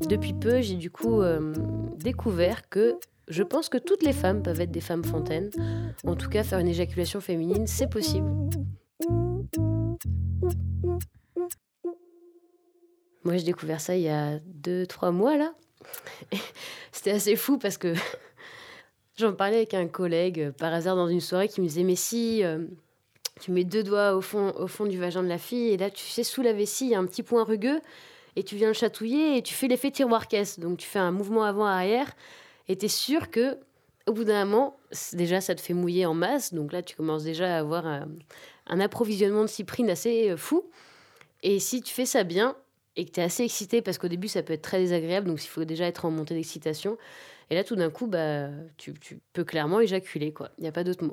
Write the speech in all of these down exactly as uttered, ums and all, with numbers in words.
depuis peu, j'ai du coup euh, découvert que je pense que toutes les femmes peuvent être des femmes fontaines. En tout cas, faire une éjaculation féminine, c'est possible. Moi, j'ai découvert ça il y a deux trois mois, là. C'était assez fou parce que j'en parlais avec un collègue, euh, par hasard, dans une soirée, qui me disait « Mais si, euh, tu mets deux doigts au fond, au fond du vagin de la fille, et là, tu sais, sous la vessie, il y a un petit point rugueux, et tu viens le chatouiller, et tu fais l'effet tiroir-caisse. Donc, tu fais un mouvement avant-arrière, et t'es sûr que, au bout d'un moment, déjà, ça te fait mouiller en masse. Donc là, tu commences déjà à avoir un, un approvisionnement de cyprine assez euh, fou. Et si tu fais ça bien, et que tu es assez excité, parce qu'au début, ça peut être très désagréable, donc il faut déjà être en montée d'excitation. Et là, tout d'un coup, bah, tu, tu peux clairement éjaculer, quoi. Il n'y a pas d'autre mot.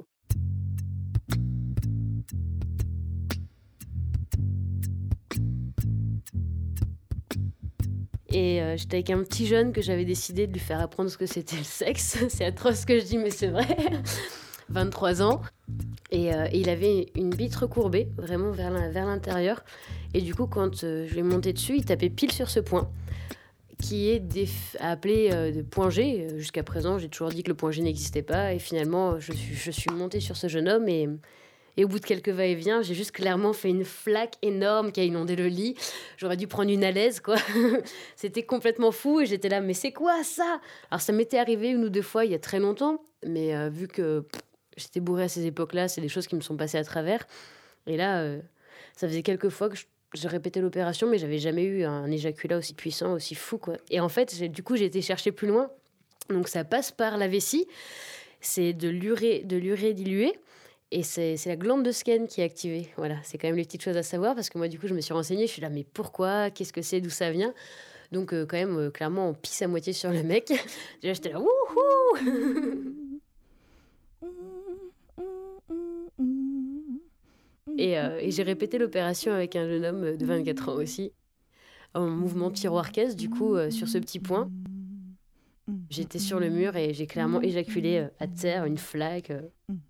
Et euh, j'étais avec un petit jeune que j'avais décidé de lui faire apprendre ce que c'était le sexe. C'est atroce ce que je dis, mais c'est vrai. vingt-trois ans. Et, euh, et il avait une bite recourbée, vraiment vers, la, vers l'intérieur. Et du coup, quand euh, je lui ai monté dessus, il tapait pile sur ce point, qui est déf- appelé euh, de point G. Jusqu'à présent, j'ai toujours dit que le point G n'existait pas. Et finalement, je suis, je suis montée sur ce jeune homme. Et, et au bout de quelques va-et-vient, j'ai juste clairement fait une flaque énorme qui a inondé le lit. J'aurais dû prendre une alaise, quoi. C'était complètement fou. Et j'étais là, mais c'est quoi ça? Alors, ça m'était arrivé une ou deux fois il y a très longtemps. Mais euh, vu que... Pff, j'étais bourrée à ces époques-là, c'est des choses qui me sont passées à travers. Et là, euh, ça faisait quelques fois que je, je répétais l'opération, mais j'avais jamais eu un éjaculat aussi puissant, aussi fou, quoi. Et en fait, j'ai, du coup, j'ai été chercher plus loin. Donc ça passe par la vessie, c'est de l'urée, de l'urée diluée, et c'est, c'est la glande de Skene qui est activée. Voilà, c'est quand même les petites choses à savoir, parce que moi, du coup, je me suis renseignée, je suis là, mais pourquoi? Qu'est-ce que c'est? D'où ça vient? Donc euh, quand même, euh, clairement, on pisse à moitié sur le mec. Déjà, j'étais là, wouhou! Et, euh, et j'ai répété l'opération avec un jeune homme de vingt-quatre ans aussi, en mouvement tiroir-caisse, du coup, euh, sur ce petit point. J'étais sur le mur et j'ai clairement éjaculé euh, à terre, une flaque. Euh.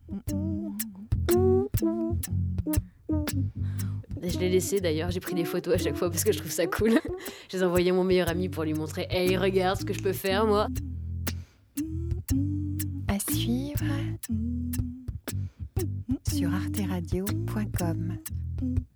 Je l'ai laissé d'ailleurs, j'ai pris des photos à chaque fois parce que je trouve ça cool. Je les ai envoyées à mon meilleur ami pour lui montrer « Hey, regarde ce que je peux faire, moi !» À suivre sur arte radio point com.